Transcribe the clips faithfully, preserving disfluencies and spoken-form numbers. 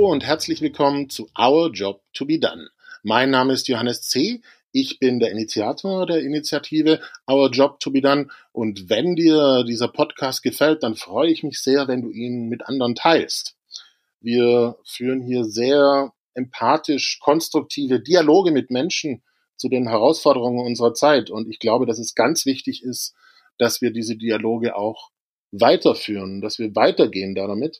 Hallo und herzlich willkommen zu Our Job to be Done. Mein Name ist Johannes C. Ich bin der Initiator der Initiative Our Job to be Done und wenn dir dieser Podcast gefällt, dann freue ich mich sehr, wenn du ihn mit anderen teilst. Wir führen hier sehr empathisch konstruktive Dialoge mit Menschen zu den Herausforderungen unserer Zeit und ich glaube, dass es ganz wichtig ist, dass wir diese Dialoge auch weiterführen, dass wir weitergehen damit.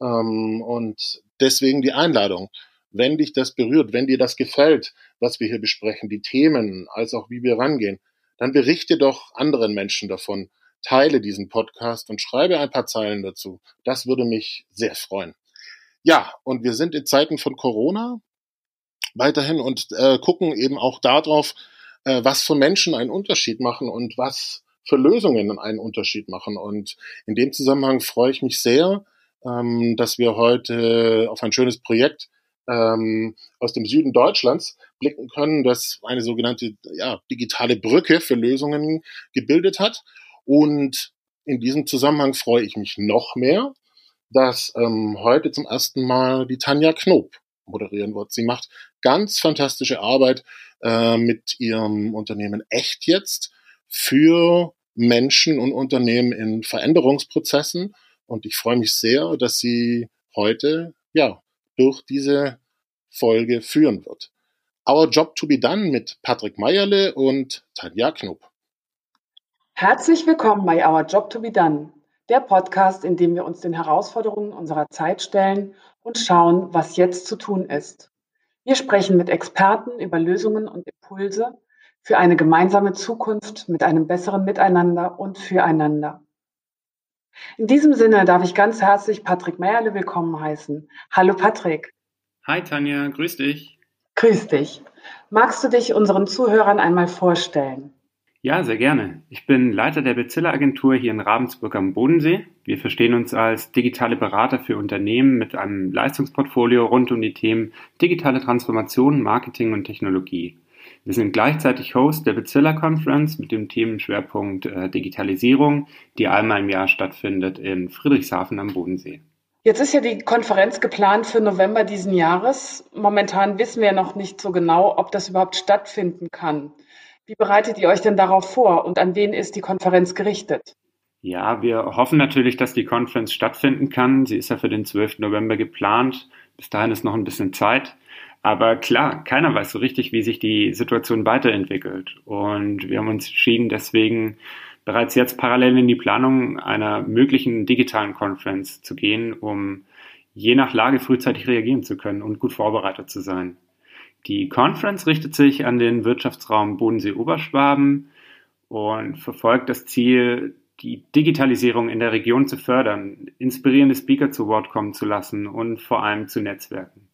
Und deswegen die Einladung, wenn dich das berührt, wenn dir das gefällt, was wir hier besprechen, die Themen, als auch wie wir rangehen, dann berichte doch anderen Menschen davon, teile diesen Podcast und schreibe ein paar Zeilen dazu. Das würde mich sehr freuen. Ja, und wir sind in Zeiten von Corona weiterhin und äh, gucken eben auch darauf, äh, was für Menschen einen Unterschied machen und was für Lösungen einen Unterschied machen. Und in dem Zusammenhang freue ich mich sehr, ähm, dass wir heute auf ein schönes Projekt ähm, aus dem Süden Deutschlands blicken können, das eine sogenannte ja, digitale Brücke für Lösungen gebildet hat. Und in diesem Zusammenhang freue ich mich noch mehr, dass ähm, heute zum ersten Mal die Tanja Knob moderieren wird. Sie macht ganz fantastische Arbeit äh, mit ihrem Unternehmen Echt Jetzt für Menschen und Unternehmen in Veränderungsprozessen. Und ich freue mich sehr, dass sie heute ja durch diese Folge führen wird. Our Job to be Done mit Patrick Meierle und Tanja Knob. Herzlich willkommen bei Our Job to be Done, der Podcast, in dem wir uns den Herausforderungen unserer Zeit stellen und schauen, was jetzt zu tun ist. Wir sprechen mit Experten über Lösungen und Impulse für eine gemeinsame Zukunft mit einem besseren Miteinander und füreinander. In diesem Sinne darf ich ganz herzlich Patrick Meierle willkommen heißen. Hallo Patrick. Hi Tanja, grüß dich. Grüß dich. Magst du dich unseren Zuhörern einmal vorstellen? Ja, sehr gerne. Ich bin Leiter der Bezilla-Agentur hier in Ravensburg am Bodensee. Wir verstehen uns als digitale Berater für Unternehmen mit einem Leistungsportfolio rund um die Themen digitale Transformation, Marketing und Technologie. Wir sind gleichzeitig Host der Bezilla Conference mit dem Themenschwerpunkt äh, Digitalisierung, die einmal im Jahr stattfindet in Friedrichshafen am Bodensee. Jetzt ist ja die Konferenz geplant für November diesen Jahres. Momentan wissen wir noch nicht so genau, ob das überhaupt stattfinden kann. Wie bereitet ihr euch denn darauf vor und an wen ist die Konferenz gerichtet? Ja, wir hoffen natürlich, dass die Konferenz stattfinden kann. Sie ist ja für den zwölften November geplant. Bis dahin ist noch ein bisschen Zeit. Aber klar, keiner weiß so richtig, wie sich die Situation weiterentwickelt. Und wir haben uns entschieden, deswegen bereits jetzt parallel in die Planung einer möglichen digitalen Konferenz zu gehen, um je nach Lage frühzeitig reagieren zu können und gut vorbereitet zu sein. Die Conference richtet sich an den Wirtschaftsraum Bodensee-Oberschwaben und verfolgt das Ziel, die Digitalisierung in der Region zu fördern, inspirierende Speaker zu Wort kommen zu lassen und vor allem zu netzwerken.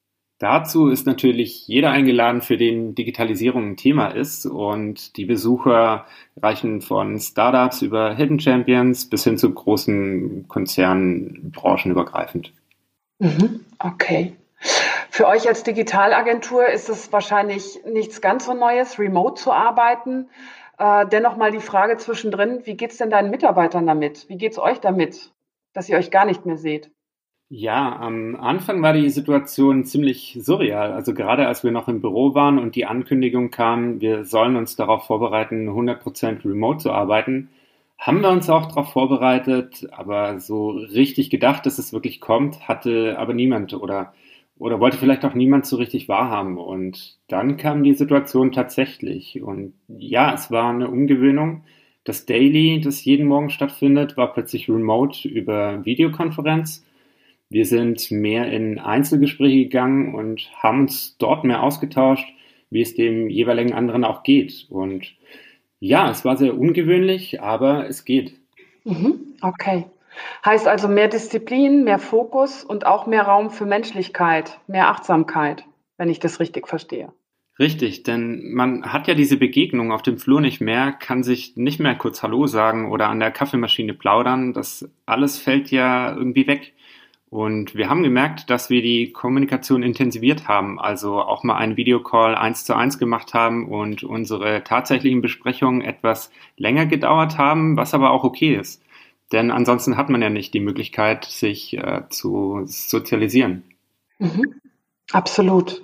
Dazu ist natürlich jeder eingeladen, für den Digitalisierung ein Thema ist und die Besucher reichen von Startups über Hidden Champions bis hin zu großen Konzernen branchenübergreifend. Mhm, okay. Für euch als Digitalagentur ist es wahrscheinlich nichts ganz so Neues, remote zu arbeiten. Äh, dennoch mal die Frage zwischendrin, wie geht es denn deinen Mitarbeitern damit? Wie geht es euch damit, dass ihr euch gar nicht mehr seht? Ja, am Anfang war die Situation ziemlich surreal. Also gerade als wir noch im Büro waren und die Ankündigung kam, wir sollen uns darauf vorbereiten, hundert Prozent remote zu arbeiten, haben wir uns auch darauf vorbereitet, aber so richtig gedacht, dass es wirklich kommt, hatte aber niemand oder, oder wollte vielleicht auch niemand so richtig wahrhaben. Und dann kam die Situation tatsächlich. Und ja, es war eine Umgewöhnung. Das Daily, das jeden Morgen stattfindet, war plötzlich remote über Videokonferenz. Wir sind mehr in Einzelgespräche gegangen und haben uns dort mehr ausgetauscht, wie es dem jeweiligen anderen auch geht. Und ja, es war sehr ungewöhnlich, aber es geht. Mhm, okay. Heißt also mehr Disziplin, mehr Fokus und auch mehr Raum für Menschlichkeit, mehr Achtsamkeit, wenn ich das richtig verstehe. Richtig, denn man hat ja diese Begegnung auf dem Flur nicht mehr, kann sich nicht mehr kurz Hallo sagen oder an der Kaffeemaschine plaudern. Das alles fällt ja irgendwie weg. Und wir haben gemerkt, dass wir die Kommunikation intensiviert haben, also auch mal einen Videocall eins zu eins gemacht haben und unsere tatsächlichen Besprechungen etwas länger gedauert haben, was aber auch okay ist. Denn ansonsten hat man ja nicht die Möglichkeit, sich äh, zu sozialisieren. Mhm. Absolut.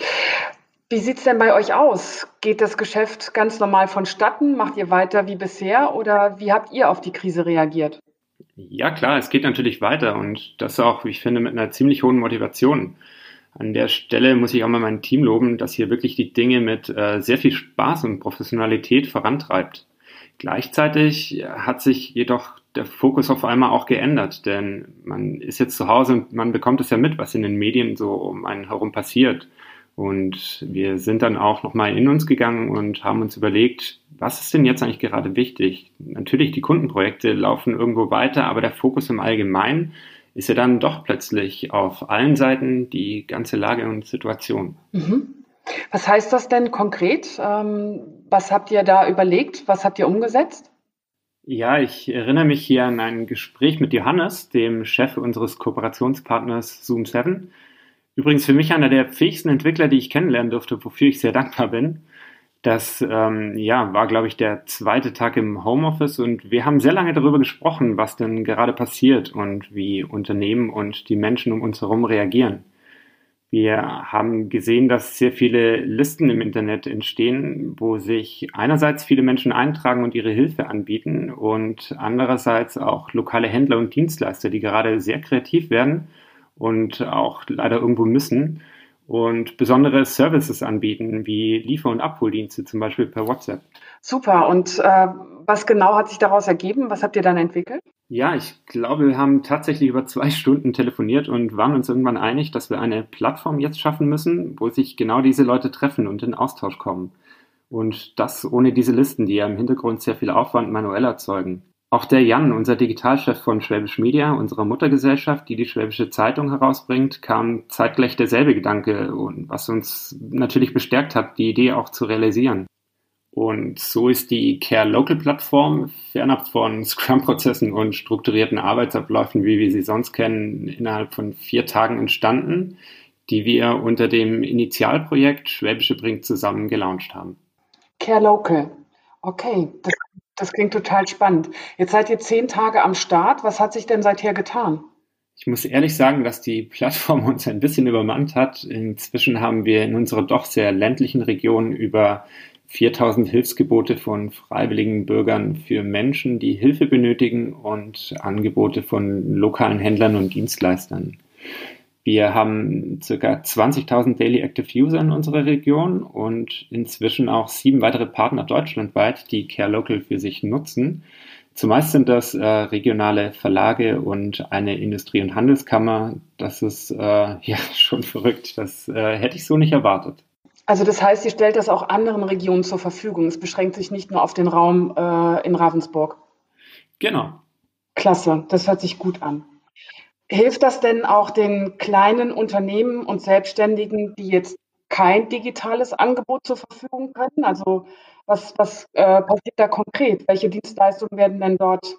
Wie sieht's denn bei euch aus? Geht das Geschäft ganz normal vonstatten? Macht ihr weiter wie bisher oder wie habt ihr auf die Krise reagiert? Ja, klar, es geht natürlich weiter und das auch, wie ich finde, mit einer ziemlich hohen Motivation. An der Stelle muss ich auch mal mein Team loben, das hier wirklich die Dinge mit äh, sehr viel Spaß und Professionalität vorantreibt. Gleichzeitig hat sich jedoch der Fokus auf einmal auch geändert, denn man ist jetzt zu Hause und man bekommt es ja mit, was in den Medien so um einen herum passiert. Und wir sind dann auch nochmal in uns gegangen und haben uns überlegt, was ist denn jetzt eigentlich gerade wichtig? Natürlich, die Kundenprojekte laufen irgendwo weiter, aber der Fokus im Allgemeinen ist ja dann doch plötzlich auf allen Seiten die ganze Lage und Situation. Mhm. Was heißt das denn konkret? Ähm, was habt ihr da überlegt? Was habt ihr umgesetzt? Ja, ich erinnere mich hier an ein Gespräch mit Johannes, dem Chef unseres Kooperationspartners Zoom sieben. Übrigens für mich einer der fähigsten Entwickler, die ich kennenlernen durfte, wofür ich sehr dankbar bin. Das ähm, ja, war, glaube ich, der zweite Tag im Homeoffice und wir haben sehr lange darüber gesprochen, was denn gerade passiert und wie Unternehmen und die Menschen um uns herum reagieren. Wir haben gesehen, dass sehr viele Listen im Internet entstehen, wo sich einerseits viele Menschen eintragen und ihre Hilfe anbieten und andererseits auch lokale Händler und Dienstleister, die gerade sehr kreativ werden und auch leider irgendwo müssen und besondere Services anbieten, wie Liefer- und Abholdienste, zum Beispiel per WhatsApp. Super. Und äh, was genau hat sich daraus ergeben? Was habt ihr dann entwickelt? Ja, ich glaube, wir haben tatsächlich über zwei Stunden telefoniert und waren uns irgendwann einig, dass wir eine Plattform jetzt schaffen müssen, wo sich genau diese Leute treffen und in Austausch kommen. Und das ohne diese Listen, die ja im Hintergrund sehr viel Aufwand manuell erzeugen. Auch der Jan, unser Digitalchef von Schwäbisch Media, unserer Muttergesellschaft, die die Schwäbische Zeitung herausbringt, kam zeitgleich derselbe Gedanke, und was uns natürlich bestärkt hat, die Idee auch zu realisieren. Und so ist die Care Local Plattform fernab von Scrum-Prozessen und strukturierten Arbeitsabläufen, wie wir sie sonst kennen, innerhalb von vier Tagen entstanden, die wir unter dem Initialprojekt Schwäbische bringt zusammen gelauncht haben. Care Local. Okay, das, das klingt total spannend. Jetzt seid ihr zehn Tage am Start. Was hat sich denn seither getan? Ich muss ehrlich sagen, dass die Plattform uns ein bisschen übermannt hat. Inzwischen haben wir in unserer doch sehr ländlichen Region über viertausend Hilfsgebote von freiwilligen Bürgern für Menschen, die Hilfe benötigen, und Angebote von lokalen Händlern und Dienstleistern. Wir haben ca. zwanzigtausend Daily Active User in unserer Region und inzwischen auch sieben weitere Partner deutschlandweit, die Care Local für sich nutzen. Zumeist sind das äh, regionale Verlage und eine Industrie- und Handelskammer. Das ist äh, ja schon verrückt. Das äh, hätte ich so nicht erwartet. Also das heißt, ihr stellt das auch anderen Regionen zur Verfügung. Es beschränkt sich nicht nur auf den Raum äh, in Ravensburg. Genau. Klasse, das hört sich gut an. Hilft das denn auch den kleinen Unternehmen und Selbstständigen, die jetzt kein digitales Angebot zur Verfügung können? Also was, was äh, passiert da konkret? Welche Dienstleistungen werden denn dort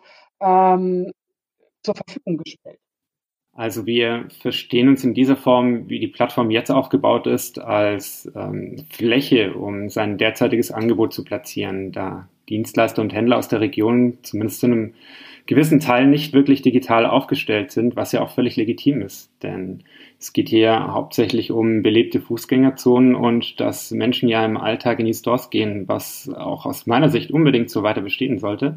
ähm, zur Verfügung gestellt? Also wir verstehen uns in dieser Form, wie die Plattform jetzt aufgebaut ist, als ähm, Fläche, um sein derzeitiges Angebot zu platzieren, da Dienstleister und Händler aus der Region zumindest zu einem gewissen Teil nicht wirklich digital aufgestellt sind, was ja auch völlig legitim ist. Denn es geht hier hauptsächlich um belebte Fußgängerzonen und dass Menschen ja im Alltag in die Stores gehen, was auch aus meiner Sicht unbedingt so weiter bestehen sollte.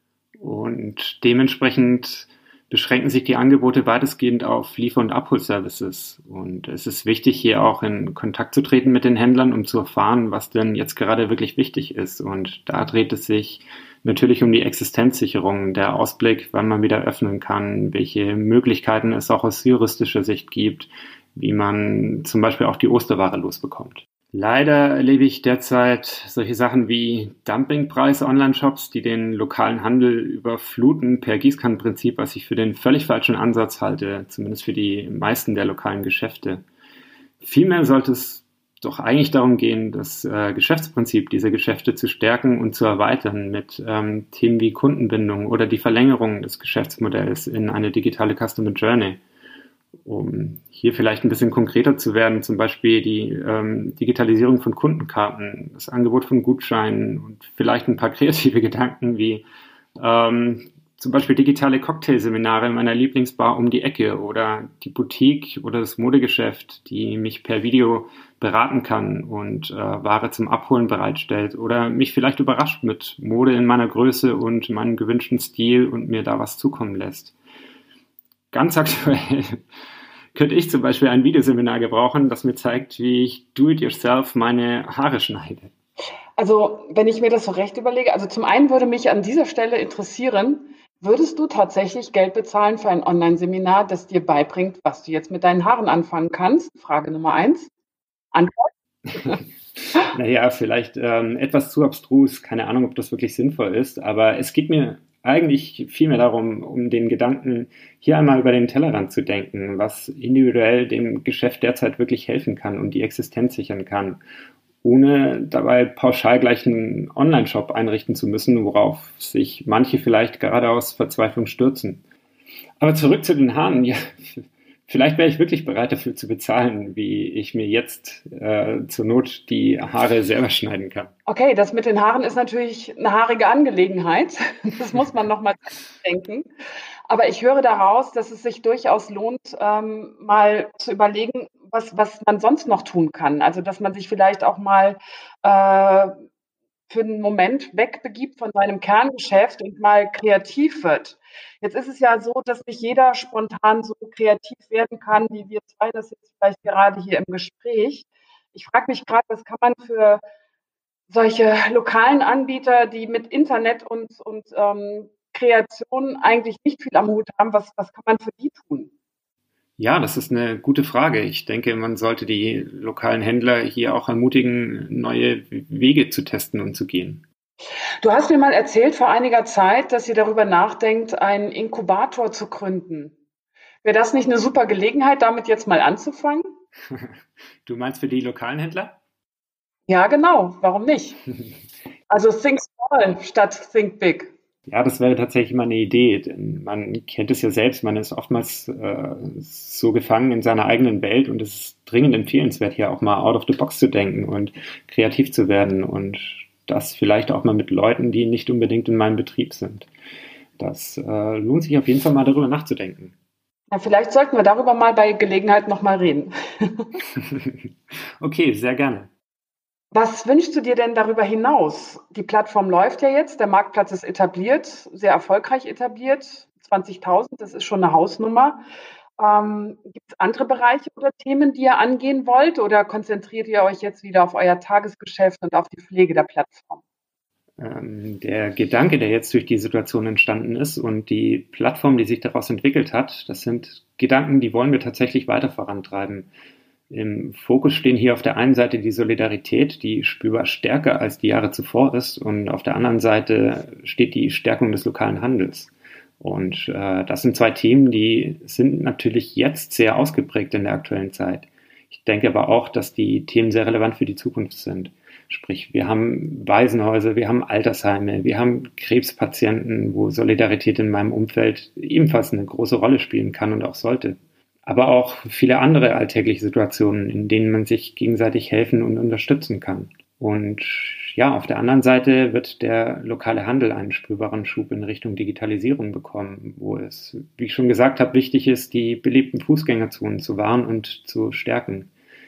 Und dementsprechend beschränken sich die Angebote weitestgehend auf Liefer- und Abholservices. Und es ist wichtig, hier auch in Kontakt zu treten mit den Händlern, um zu erfahren, was denn jetzt gerade wirklich wichtig ist. Und da dreht es sich natürlich um die Existenzsicherung, der Ausblick, wann man wieder öffnen kann, welche Möglichkeiten es auch aus juristischer Sicht gibt, wie man zum Beispiel auch die Osterware losbekommt. Leider erlebe ich derzeit solche Sachen wie Dumpingpreis-Online-Shops, die den lokalen Handel überfluten per Gießkannenprinzip, was ich für den völlig falschen Ansatz halte, zumindest für die meisten der lokalen Geschäfte. Vielmehr sollte es doch eigentlich darum gehen, das äh, Geschäftsprinzip dieser Geschäfte zu stärken und zu erweitern mit ähm, Themen wie Kundenbindung oder die Verlängerung des Geschäftsmodells in eine digitale Customer Journey. Um hier vielleicht ein bisschen konkreter zu werden, zum Beispiel die ähm, Digitalisierung von Kundenkarten, das Angebot von Gutscheinen und vielleicht ein paar kreative Gedanken wie ähm, Zum Beispiel digitale Cocktailseminare in meiner Lieblingsbar um die Ecke oder die Boutique oder das Modegeschäft, die mich per Video beraten kann und äh, Ware zum Abholen bereitstellt oder mich vielleicht überrascht mit Mode in meiner Größe und meinem gewünschten Stil und mir da was zukommen lässt. Ganz aktuell könnte ich zum Beispiel ein Videoseminar gebrauchen, das mir zeigt, wie ich do-it-yourself meine Haare schneide. Also, wenn ich mir das so recht überlege, also zum einen würde mich an dieser Stelle interessieren, würdest du tatsächlich Geld bezahlen für ein Online-Seminar, das dir beibringt, was du jetzt mit deinen Haaren anfangen kannst? Frage Nummer eins. Antwort? Naja, vielleicht ähm, etwas zu abstrus. Keine Ahnung, ob das wirklich sinnvoll ist, aber es geht mir eigentlich vielmehr darum, um den Gedanken, hier einmal über den Tellerrand zu denken, was individuell dem Geschäft derzeit wirklich helfen kann und die Existenz sichern kann, ohne dabei pauschal gleich einen Online-Shop einrichten zu müssen, worauf sich manche vielleicht gerade aus Verzweiflung stürzen. Aber zurück zu den Haaren. Ja, vielleicht wäre ich wirklich bereit dafür zu bezahlen, wie ich mir jetzt äh, zur Not die Haare selber schneiden kann. Okay, das mit den Haaren ist natürlich eine haarige Angelegenheit. Das muss man nochmal denken. Aber ich höre daraus, dass es sich durchaus lohnt, ähm, mal zu überlegen, was, was man sonst noch tun kann. Also, dass man sich vielleicht auch mal äh, für einen Moment wegbegibt von seinem Kerngeschäft und mal kreativ wird. Jetzt ist es ja so, dass nicht jeder spontan so kreativ werden kann, wie wir zwei das jetzt vielleicht gerade hier im Gespräch. Ich frage mich gerade, was kann man für solche lokalen Anbieter, die mit Internet und, und ähm, Kreation eigentlich nicht viel am Hut haben, was, was kann man für die tun? Ja, das ist eine gute Frage. Ich denke, man sollte die lokalen Händler hier auch ermutigen, neue Wege zu testen und zu gehen. Du hast mir mal erzählt vor einiger Zeit, dass ihr darüber nachdenkt, einen Inkubator zu gründen. Wäre das nicht eine super Gelegenheit, damit jetzt mal anzufangen? Du meinst für die lokalen Händler? Ja, genau. Warum nicht? Also think small statt think big. Ja, das wäre tatsächlich mal eine Idee. Denn man kennt es ja selbst, man ist oftmals äh, so gefangen in seiner eigenen Welt und es ist dringend empfehlenswert, hier auch mal out of the box zu denken und kreativ zu werden und das vielleicht auch mal mit Leuten, die nicht unbedingt in meinem Betrieb sind. Das äh, lohnt sich auf jeden Fall mal darüber nachzudenken. Ja, vielleicht sollten wir darüber mal bei Gelegenheit nochmal reden. Okay, sehr gerne. Was wünschst du dir denn darüber hinaus? Die Plattform läuft ja jetzt, der Marktplatz ist etabliert, sehr erfolgreich etabliert, zwanzigtausend, das ist schon eine Hausnummer. Ähm, gibt es andere Bereiche oder Themen, die ihr angehen wollt oder konzentriert ihr euch jetzt wieder auf euer Tagesgeschäft und auf die Pflege der Plattform? Ähm, der Gedanke, der jetzt durch die Situation entstanden ist und die Plattform, die sich daraus entwickelt hat, das sind Gedanken, die wollen wir tatsächlich weiter vorantreiben. Im Fokus stehen hier auf der einen Seite die Solidarität, die spürbar stärker als die Jahre zuvor ist, und auf der anderen Seite steht die Stärkung des lokalen Handels. Und äh, das sind zwei Themen, die sind natürlich jetzt sehr ausgeprägt in der aktuellen Zeit. Ich denke aber auch, dass die Themen sehr relevant für die Zukunft sind. Sprich, wir haben Waisenhäuser, wir haben Altersheime, wir haben Krebspatienten, wo Solidarität in meinem Umfeld ebenfalls eine große Rolle spielen kann und auch sollte. Aber auch viele andere alltägliche Situationen, in denen man sich gegenseitig helfen und unterstützen kann. Und ja, auf der anderen Seite wird der lokale Handel einen spürbaren Schub in Richtung Digitalisierung bekommen, wo es, wie ich schon gesagt habe, wichtig ist, die beliebten Fußgängerzonen zu wahren und zu stärken.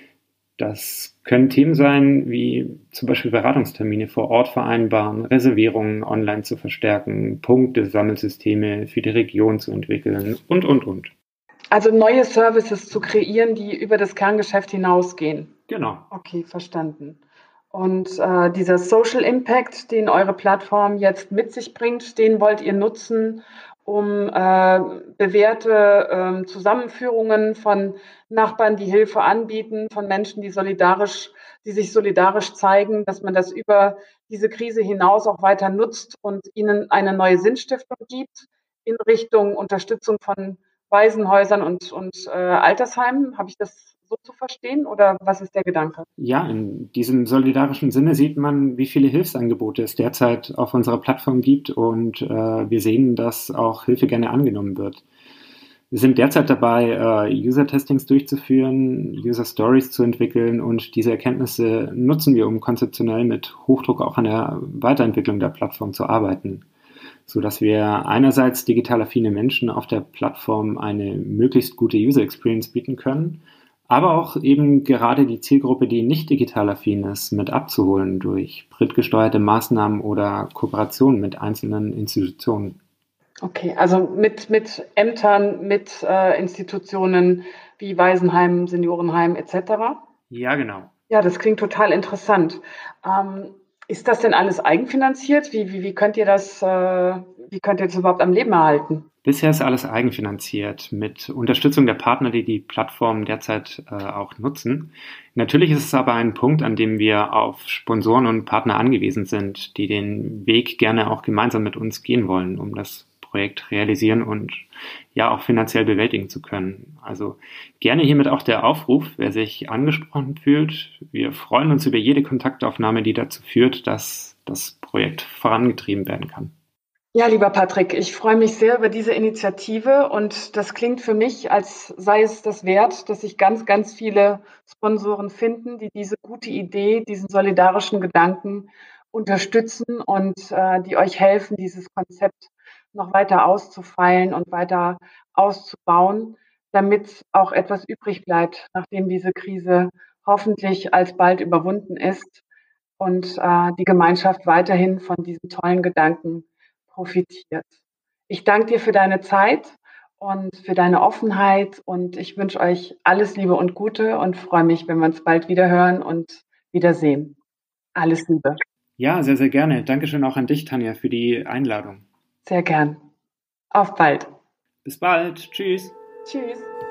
Das können Themen sein, wie zum Beispiel Beratungstermine vor Ort vereinbaren, Reservierungen online zu verstärken, Punktesammelsysteme für die Region zu entwickeln und, und, und. Also neue Services zu kreieren, die über das Kerngeschäft hinausgehen. Genau. Okay, verstanden. Und äh, dieser Social Impact, den eure Plattform jetzt mit sich bringt, den wollt ihr nutzen, um äh, bewährte äh, Zusammenführungen von Nachbarn, die Hilfe anbieten, von Menschen, die solidarisch, die sich solidarisch zeigen, dass man das über diese Krise hinaus auch weiter nutzt und ihnen eine neue Sinnstiftung gibt in Richtung Unterstützung von Waisenhäusern und, und äh, Altersheimen. Habe ich das so zu verstehen oder was ist der Gedanke? Ja, in diesem solidarischen Sinne sieht man, wie viele Hilfsangebote es derzeit auf unserer Plattform gibt und äh, wir sehen, dass auch Hilfe gerne angenommen wird. Wir sind derzeit dabei, äh, User-Testings durchzuführen, User-Stories zu entwickeln und diese Erkenntnisse nutzen wir, um konzeptionell mit Hochdruck auch an der Weiterentwicklung der Plattform zu arbeiten. sodass wir einerseits digital affine Menschen auf der Plattform eine möglichst gute User Experience bieten können, aber auch eben gerade die Zielgruppe, die nicht digital affin ist, mit abzuholen durch printgesteuerte Maßnahmen oder Kooperationen mit einzelnen Institutionen. Okay, also mit, mit Ämtern, mit äh, Institutionen wie Waisenheim, Seniorenheim et cetera? Ja, genau. Ja, das klingt total interessant. Ähm, ist das denn alles eigenfinanziert? Wie, wie, wie könnt ihr das, äh, wie könnt ihr das überhaupt am Leben erhalten? Bisher ist alles eigenfinanziert, mit Unterstützung der Partner, die die Plattform derzeit äh, auch nutzen. Natürlich ist es aber ein Punkt, an dem wir auf Sponsoren und Partner angewiesen sind, die den Weg gerne auch gemeinsam mit uns gehen wollen, um das Projekt realisieren und ja auch finanziell bewältigen zu können. Also gerne hiermit auch der Aufruf, wer sich angesprochen fühlt. Wir freuen uns über jede Kontaktaufnahme, die dazu führt, dass das Projekt vorangetrieben werden kann. Ja, lieber Patrick, ich freue mich sehr über diese Initiative und das klingt für mich, als sei es das wert, dass sich ganz, ganz viele Sponsoren finden, die diese gute Idee, diesen solidarischen Gedanken unterstützen und äh, die euch helfen, dieses Konzept noch weiter auszufeilen und weiter auszubauen, damit auch etwas übrig bleibt, nachdem diese Krise hoffentlich alsbald überwunden ist und äh, die Gemeinschaft weiterhin von diesen tollen Gedanken profitiert. Ich danke dir für deine Zeit und für deine Offenheit und ich wünsche euch alles Liebe und Gute und freue mich, wenn wir uns bald wieder hören und wiedersehen. Alles Liebe. Ja, sehr, sehr gerne. Dankeschön auch an dich, Tanja, für die Einladung. Sehr gern. Auf bald. Bis bald. Tschüss. Tschüss.